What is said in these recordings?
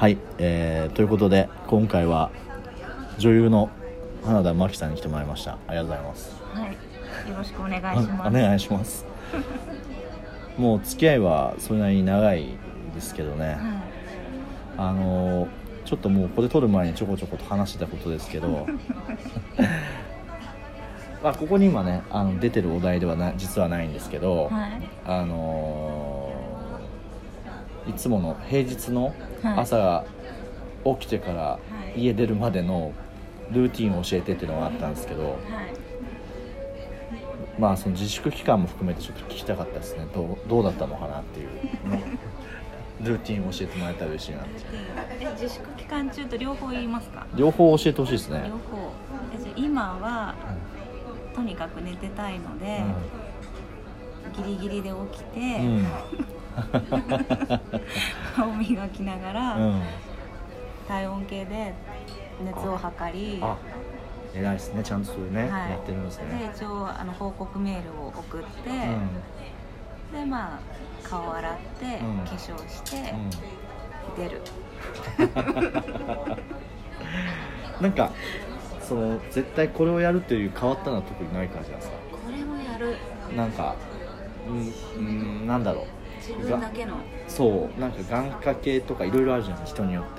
はい、ということで今回は女優の花田真希さんに来てもらいました。ありがとうございます。 はい、よろしくお願いします。 お願いしますもう付き合いはそれなりに長いですけどね、ちょっともうこれ撮る前にちょこちょこと話してたことですけどまあここに今ね出てるお題では実はないんですけど、いつもの平日の朝が起きてから家出るまでのルーティンを教えてっていうのがあったんですけど、まあその自粛期間も含めてちょっと聞きたかったですね。どうだったのかなっていうルーティンを教えてもらえたら嬉しいなって。 自粛期間中と両方言いますか？ 両方教えてほしいですね。 両方。じゃあ今は、とにかく寝てたいので、ギリギリで起きて、歯を磨きながら、体温計で熱を測り、 偉いですね、ちゃんとそれね、やってるんですね。 で一応報告メールを送って、でまあ顔洗って、化粧して、出るなんかその絶対これをやるっていう変わったのは特にない感じなんですか？ これもやる。 なんかなんだろう、 自分だけの。 そうなんか願掛けとかいろいろあるじゃない、人によって。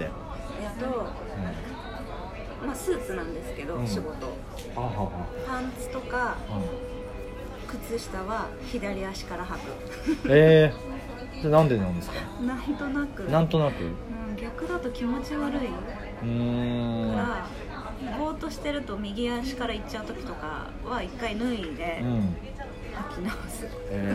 まあスーツなんですけど、仕事。パンツとか、靴下は左足から履く。 なんでなんですか？なんとなく、 逆だと気持ち悪いからぼーっとしてると右足から行っちゃう時とかは一回脱いで履き直す。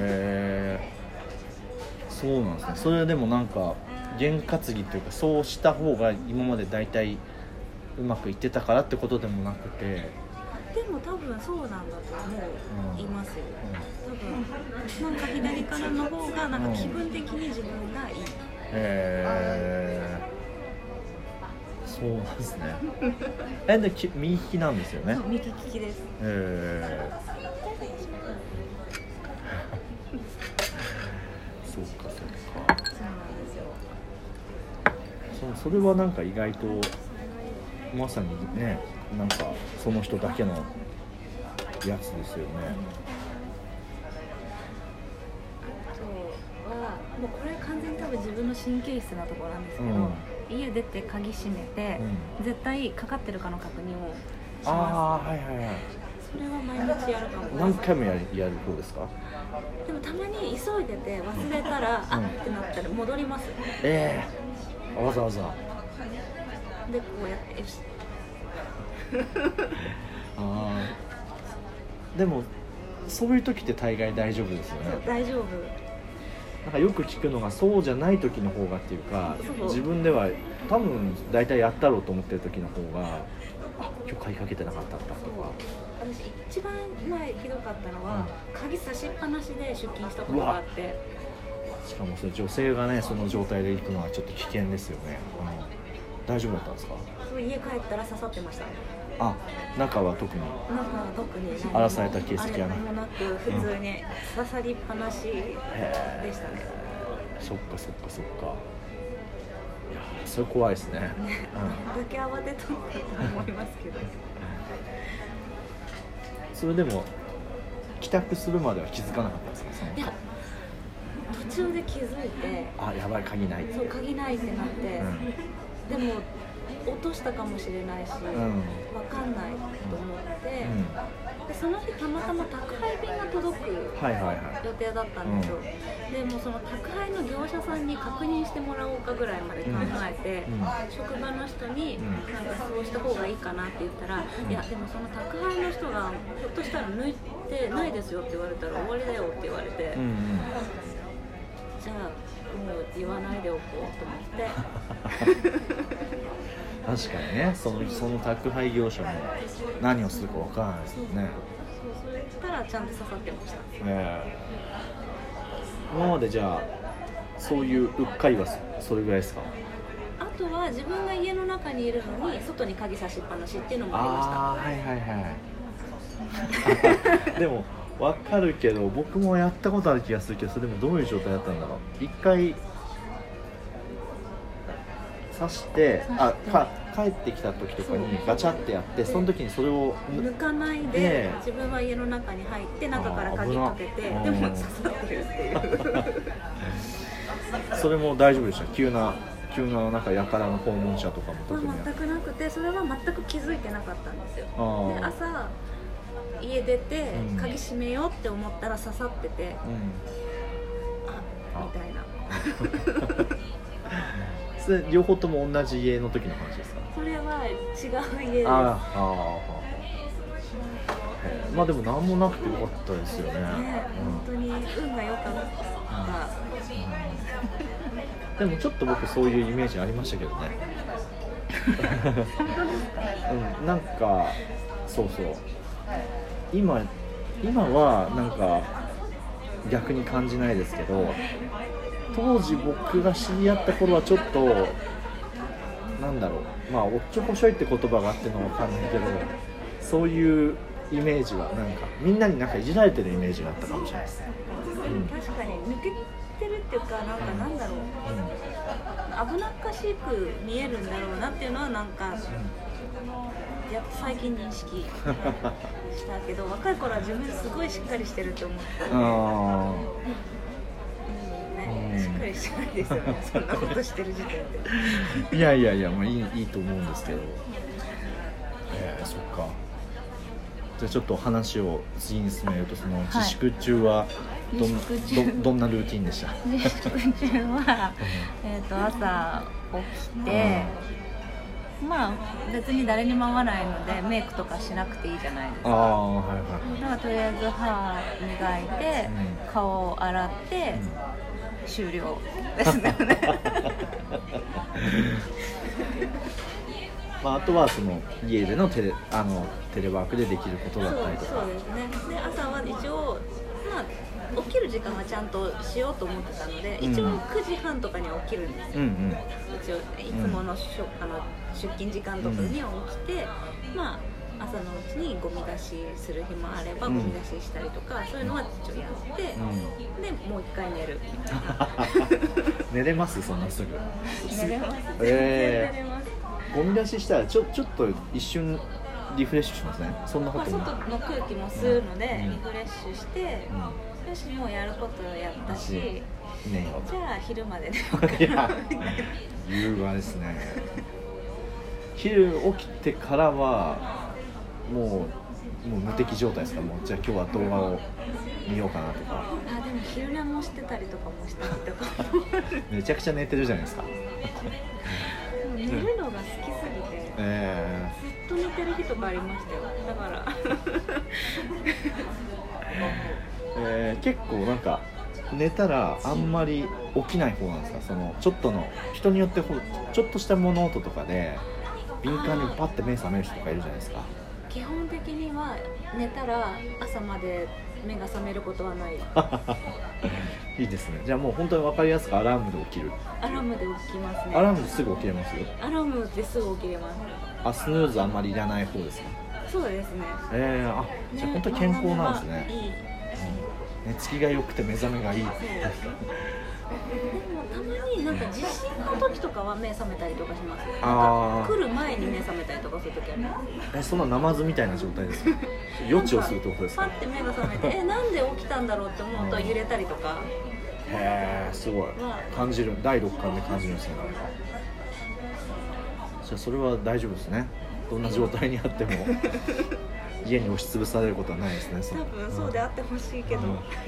そうなんですね。それでもなんか験担ぎっていうか、そうした方が今までだいたいうまくいってたからってことでもなくて、 でも多分そうなんだと思いますよ。多分なんか左からの方がなんか気分的に自分がいい。 そうなんですね。で右利きなんですよね。 そう、右利きです。 そうか。 そうなんですよ。 それはなんか意外とまさにね、なんかその人だけのやつですよね。 あとはもうこれ完全に多分自分の神経質なところなんですけど、家出て鍵閉めて、絶対かかってるかの確認をします。それは毎日やるかも。 何回もやる方ですか？ でもたまに急いでて忘れたら、ってなったら戻ります。 わざわざでこうやってよしでもそういう時って大概大丈夫ですよね。 大丈夫。 なんかよく聞くのがそうじゃない時の方がっていうか、自分では多分大体やったろうと思ってる時の方が、今日鍵かけてなかったんだとか。 私一番前ひどかったのは、鍵差しっぱなしで出勤したことがあって、 しかもそれ女性がねその状態で行くのはちょっと危険ですよね。大丈夫だったんですか？ そう、家帰ったら刺さってました。 中は特に荒らされた形跡は何もなく普通に刺さりっぱなしでしたね。 そっか。いやそれ怖いですね。 だけ慌てたのかと思いますけどそれでも帰宅するまでは気づかなかったんですか？ いや、途中で気づいて、 やばい、鍵ない。 そう、鍵ないってなって、でも落としたかもしれないし、分かんないと思って、でその日たまたま宅配便が届く予定だったんですよ。でもその宅配の業者さんに確認してもらおうかぐらいまで考えて、職場の人になんかそうした方がいいかなって言ったら、いやでもその宅配の人がひょっとしたら抜いてないですよって言われたら終わりだよって言われて、じゃあもう言わないでおこうと思って確かにね、その宅配業者も何をするか分からないですよね。 それしたらちゃんと刺さってました。 今までじゃあそういううっかりはそれぐらいですか？ あとは自分が家の中にいるのに外に鍵差しっぱなしっていうのもありました。 でも分かるけど、僕もやったことある気がするけど、それでもどういう状態だったんだろう。一回刺して帰ってきた時とかにガチャってやって、その時にそれを抜かないで自分は家の中に入って中から鍵かけて、でも刺さってるっていうそれも大丈夫でした？急ななんかやからの訪問者とかも特に全くなくて、それは全く気づいてなかったんですよ。で朝家出て鍵閉めようって思ったら刺さってて、みたいなそれ両方とも同じ家の時の話ですか？ それは違う家です。 まあでも何もなくてよかったですよね。 本当に運が良かった。 でもちょっと僕そういうイメージありましたけどね。 本当ですか？ なんかそう今はなんか逆に感じないですけど、当時僕が知り合った頃はちょっとなんだろう、まあおっちょこしょいって言葉があってのわかんないけど、そういうイメージはなんかみんなになんかいじられてるイメージがあったかもしれないです。 確かに抜けてるっていうか、なんだろう、危なっかしく見えるんだろうなっていうのはなんか、やっと最近認識したけど、若い頃は自分すごいしっかりしてるって思ってたしっかりしてないですよね、そんなことしてる時点で。 いや、まあ、いいと思うんですけど、そっか。じゃあちょっと話を次に進めると、その自粛中はどんなルーティンでした？ 自粛中は朝起きて、まあ別に誰にも会わないのでメイクとかしなくていいじゃないですか。だからとりあえず歯磨いて、顔を洗って、終了ですね。 まあ、あとはその家でのテレワークでできることだったりとか。 そうですね。で朝は一応、まあ、起きる時間はちゃんとしようと思ってたので、一応9時半とかには起きるんですよ。一応いつもの出勤時間とかに起きて、まあ朝のうちにゴミ出しする日もあればゴミ出ししたりとか、そういうのは一応やって、でもう一回寝るみたいな。 寝れます？そんなすぐ？ 寝れます。全然寝れます。 ゴミ出ししたらちょっと一瞬リフレッシュしますね。そんなことない。外の空気も吸うので、リフレッシュして、よしもうやることやったし、じゃあ昼まで寝ようかなみたいな。 優雅ですね。昼起きてからはもう無敵状態ですか？もうじゃあ今日は動画を見ようかなとか。 でも昼寝もしてたりとかもしたりとか。 めちゃくちゃ寝てるじゃないですか。 寝るのが好きすぎて、ずっと寝てる日とかありましたよ。だから結構なんか寝たらあんまり起きない方なんですか？そのちょっとの人によってちょっとした物音とかで敏感にパッて目覚める人とかいるじゃないですか。 基本的には寝たら朝まで目が覚めることはない。 いいですね。じゃあもう本当に分かりやすくアラームで起きる。 アラームで起きますね。 アラームですぐ起きれます？ アラームですぐ起きれます。 スヌーズあんまりいらない方ですか？ そうですね。 じゃあ本当に健康なんですね。寝つきが良くて目覚めがいい。でもたまになんか地震の時とかは目覚めたりとかします。なんか来る前に目覚めたりとかする時あります。 そんなナマズみたいな状態ですか？予知をするってことですか？ パッて目が覚めてなんで起きたんだろうって思うと揺れたりとか。 すごい感じる。第六感で感じるんですね。じゃあそれは大丈夫ですね。どんな状態にあっても家に押しつぶされることはないですね。 多分そうであってほしいけど。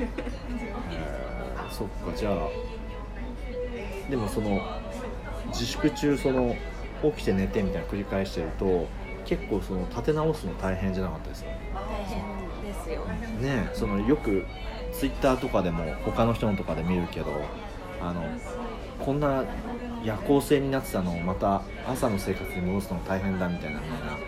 そっか。じゃあでもその自粛中その起きて寝てみたいな繰り返してると結構その立て直すの大変じゃなかったですか？ 大変ですよね。そのよくツイッターとかでも他の人のとかで見るけど、こんな夜行性になってたのをまた朝の生活に戻すの大変だみたいな。 確か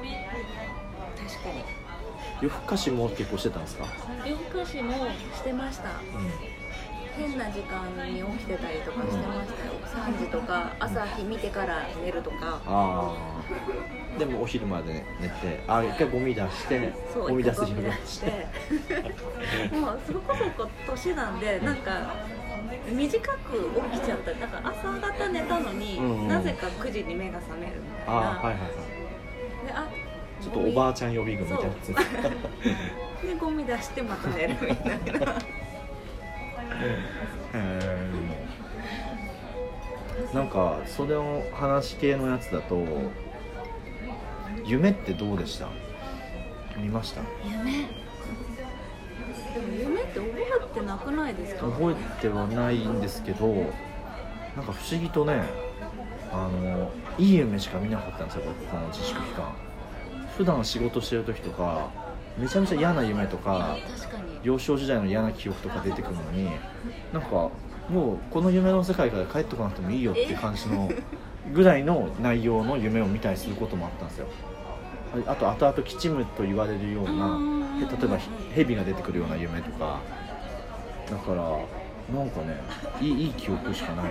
に。 夜更かしも結構してたんですか？ 夜更かしもしてました。 変な時間に起きてたりとかしてましたよ、3時とか朝日見てから寝るとか。 でもお昼まで寝て、一回ゴミ出して、ゴミ出す暇してもうそこそこ年なんで、なんか短く起きちゃった。だから朝方寝たのに、なぜか9時に目が覚めるみたいな。で、 ちょっとおばあちゃん予備軍みたいなやつでゴミ出してまた寝るみたいななんかそれの話系のやつだと、夢ってどうでした？見ました？ 夢？でも夢って覚えてなくないですか？ 覚えてはないんですけど、なんか不思議とね、いい夢しか見なかったんですよ、僕この自粛期間。普段仕事してる時とかめちゃめちゃ嫌な夢とか幼少時代の嫌な記憶とか出てくるのに、なんかもうこの夢の世界から帰ってこなくてもいいよっていう感じのぐらいの内容の夢を見たりすることもあったんですよ。あと後々きちむと言われるような、例えば蛇が出てくるような夢とか、だからなんかね、いい記憶しかない。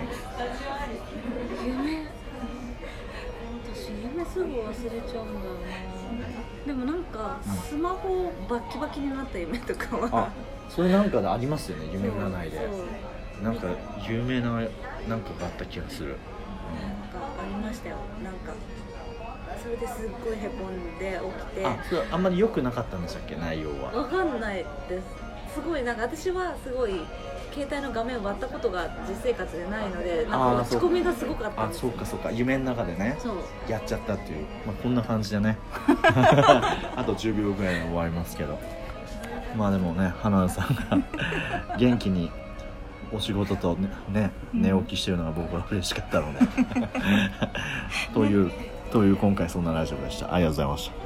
夢、私夢すぐ忘れちゃうんだよな。でもなんかスマホバッキバキになった夢とかは、 それなんかでありますよね、夢占いで。なんか有名ななんかがあった気がする。 なんかありましたよ。なんかそれですっごいへこんで起きて、 それあんまり良くなかったんでしたっけ、内容は。 わかんないです。すごいなんか私はすごい携帯の画面を割ったことが実生活でないので、なんか落ち込みがすごかったんです。 そうか夢の中でね、やっちゃったっていう、こんな感じでねあと10秒ぐらいで終わりますけど、でもね、花田さんが元気にお仕事とね、寝起きしてるのが僕は嬉しかったのでという今回そんなラジオでした。ありがとうございました。